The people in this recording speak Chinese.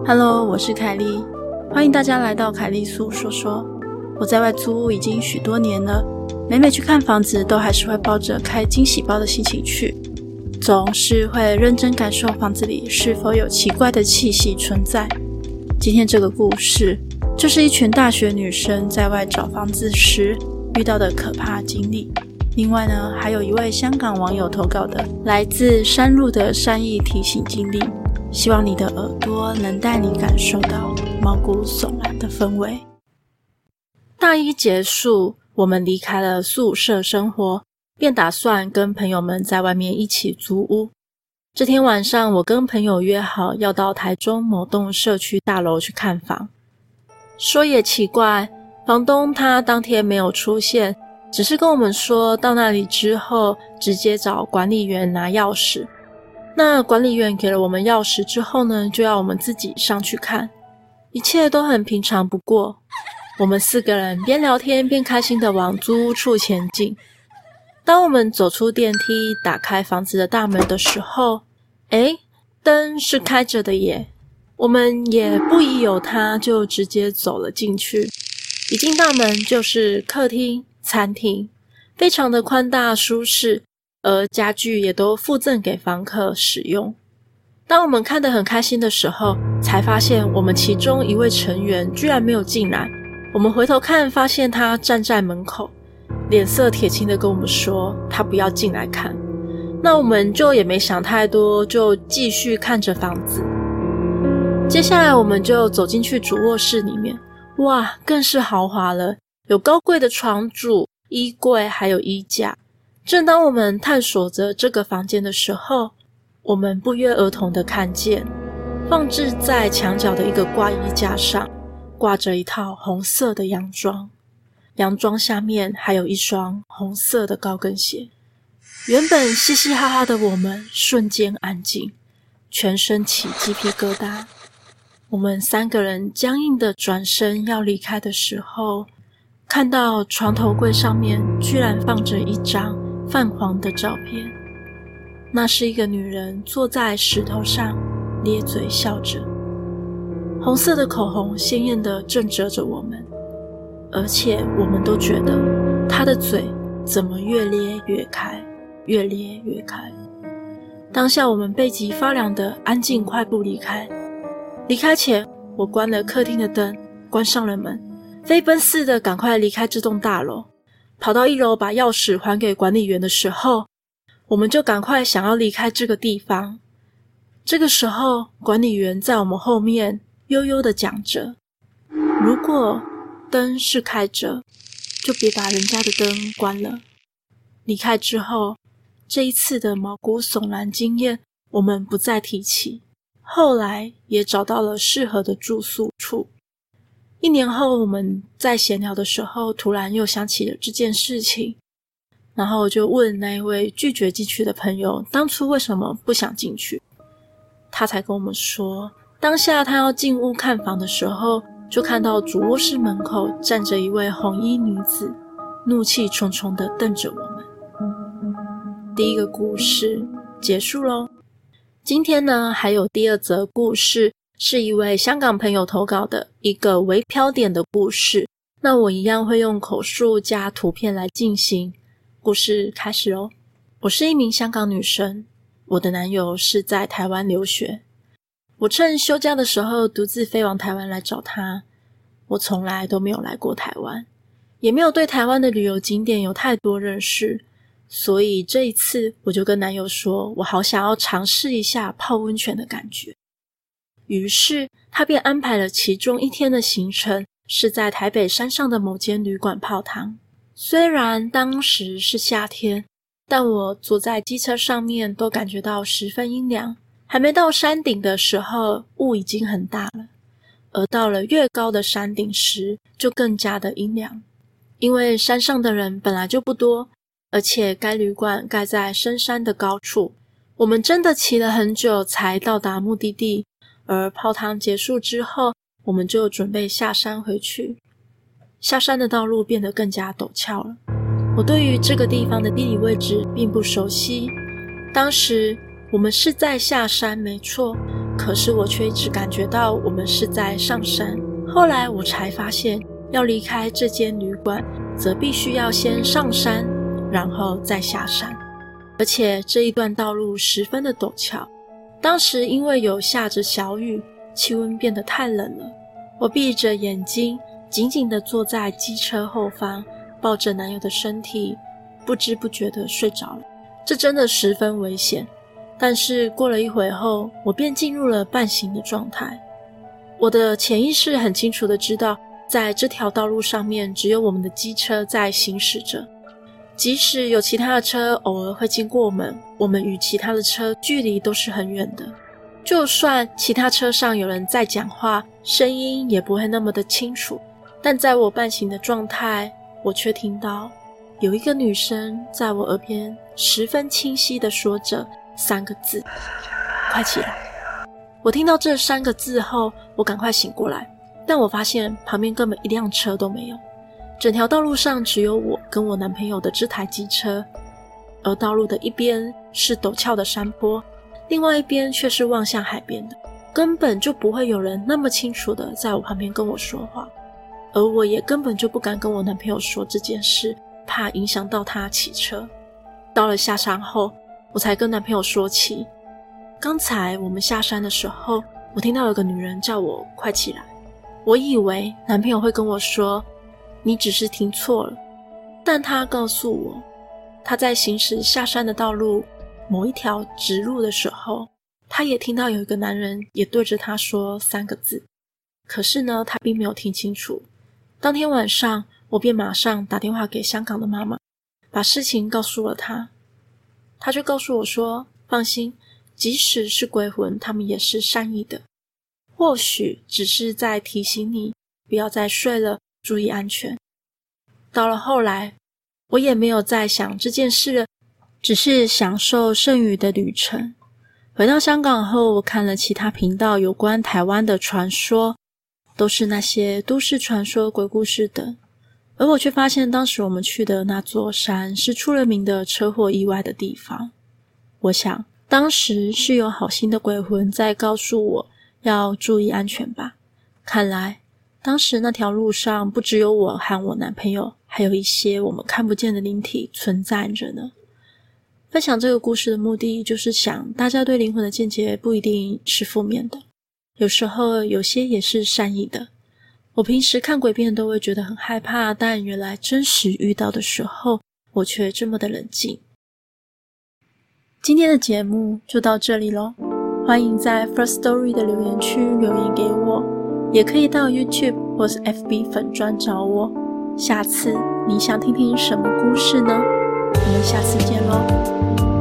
Hello， 我是凯莉，欢迎大家来到凯莉诉说说。我在外租屋已经许多年了，每去看房子都还是会抱着开惊喜包的心情去，总是会认真感受房子里是否有奇怪的气息存在。今天这个故事就是一群大学女生在外找房子时遇到的可怕经历。另外呢，还有一位香港网友投稿的来自山路的善意提醒经历，希望你的耳朵能带你感受到毛骨悚然的氛围。大一结束，我们离开了宿舍生活，便打算跟朋友们在外面一起租屋。这天晚上，我跟朋友约好要到台中某栋社区大楼去看房。说也奇怪，房东他当天没有出现，只是跟我们说到那里之后直接找管理员拿钥匙。那管理员给了我们钥匙之后呢，就要我们自己上去看。一切都很平常不过，我们4个人边聊天边开心地往租屋处前进。当我们走出电梯，打开房子的大门的时候，灯是开着的耶。我们也不疑有他，就直接走了进去。一进大门就是客厅、餐厅，非常的宽大舒适，而家具也都附赠给房客使用。当我们看得很开心的时候，才发现我们其中一位成员居然没有进来。我们回头看，发现他站在门口，脸色铁青的跟我们说他不要进来看。那我们就也没想太多，就继续看着房子。接下来我们就走进去主卧室里面，哇，更是豪华了，有高贵的床组、衣柜还有衣架。正当我们探索着这个房间的时候，我们不约而同地看见放置在墙角的一个挂衣架上挂着一套红色的洋装，洋装下面还有一双红色的高跟鞋。原本嘻嘻哈哈的我们瞬间安静，全身起鸡皮疙瘩。我们3个人僵硬的转身要离开的时候，看到床头柜上面居然放着一张泛黄的照片。那是一个女人坐在石头上，咧嘴笑着，红色的口红鲜艳的正遮着我们，而且我们都觉得她的嘴怎么越咧越开，越咧越开。当下我们背脊发凉的安静快步离开。离开前，我关了客厅的灯，关上了门，飞奔似的赶快离开这栋大楼。跑到1楼把钥匙还给管理员的时候，我们就赶快想要离开这个地方。这个时候，管理员在我们后面悠悠地讲着，如果灯是开着，就别把人家的灯关了。离开之后，这一次的毛骨悚然经验我们不再提起。后来也找到了适合的住宿处。1年后，我们在闲聊的时候突然又想起了这件事情，然后就问那一位拒绝进去的朋友当初为什么不想进去。他才跟我们说，当下他要进屋看房的时候，就看到主卧室门口站着一位红衣女子，怒气冲冲地瞪着我们。第一个故事结束咯。今天呢，还有第2则故事，是一位香港朋友投稿的一个微飘点的故事。那我一样会用口述加图片来进行。故事开始哦。我是一名香港女生，我的男友是在台湾留学。我趁休假的时候独自飞往台湾来找他。我从来都没有来过台湾，也没有对台湾的旅游景点有太多认识。所以这一次我就跟男友说，我好想要尝试一下泡温泉的感觉。于是他便安排了其中1天的行程，是在台北山上的某间旅馆泡汤。虽然当时是夏天，但我坐在机车上面都感觉到十分阴凉。还没到山顶的时候，雾已经很大了，而到了越高的山顶时，就更加的阴凉。因为山上的人本来就不多，而且该旅馆盖在深山的高处，我们真的骑了很久才到达目的地。而泡汤结束之后，我们就准备下山回去。下山的道路变得更加陡峭了。我对于这个地方的地理位置并不熟悉。当时我们是在下山没错， 可是我却一直感觉到我们是在上山。后来我才发现，要离开这间旅馆，则必须要先上山，然后再下山。而且这一段道路十分的陡峭。当时因为有下着小雨，气温变得太冷了，我闭着眼睛，紧紧地坐在机车后方，抱着男友的身体，不知不觉地睡着了。这真的十分危险。但是过了一会后，我便进入了半醒的状态。我的潜意识很清楚地知道，在这条道路上面只有我们的机车在行驶着，即使有其他的车偶尔会经过我们与其他的车距离都是很远的。就算其他车上有人在讲话，声音也不会那么的清楚，但在我半醒的状态，我却听到有一个女生在我耳边十分清晰地说着3个字：快起来。我听到这3个字后，我赶快醒过来，但我发现旁边根本一辆车都没有，整条道路上只有我跟我男朋友的这台机车，而道路的一边是陡峭的山坡，另外一边却是望向海边的，根本就不会有人那么清楚的在我旁边跟我说话，而我也根本就不敢跟我男朋友说这件事，怕影响到他骑车。到了下山后，我才跟男朋友说起，刚才我们下山的时候，我听到有个女人叫我快起来。我以为男朋友会跟我说，你只是听错了，但他告诉我，他在行驶下山的道路某一条直路的时候，他也听到有一个男人也对着他说3个字，可是呢，他并没有听清楚。当天晚上，我便马上打电话给香港的妈妈，把事情告诉了她。她就告诉我说，放心，即使是鬼魂，他们也是善意的，或许只是在提醒你不要再睡了，注意安全。到了后来，我也没有再想这件事了，只是享受剩余的旅程。回到香港后，我看了其他频道有关台湾的传说，都是那些都市传说、鬼故事等，而我却发现当时我们去的那座山是出了名的车祸意外的地方。我想当时是有好心的鬼魂在告诉我要注意安全吧。看来当时那条路上不只有我和我男朋友，还有一些我们看不见的灵体存在着呢。分享这个故事的目的就是想大家对灵魂的见解不一定是负面的，有时候有些也是善意的。我平时看鬼片都会觉得很害怕，但原来真实遇到的时候，我却这么的冷静。今天的节目就到这里咯，欢迎在 First Story 的留言区留言给我，也可以到 YouTube 或是 FB 粉专找我。下次你想听听什么故事呢？我们下次见咯。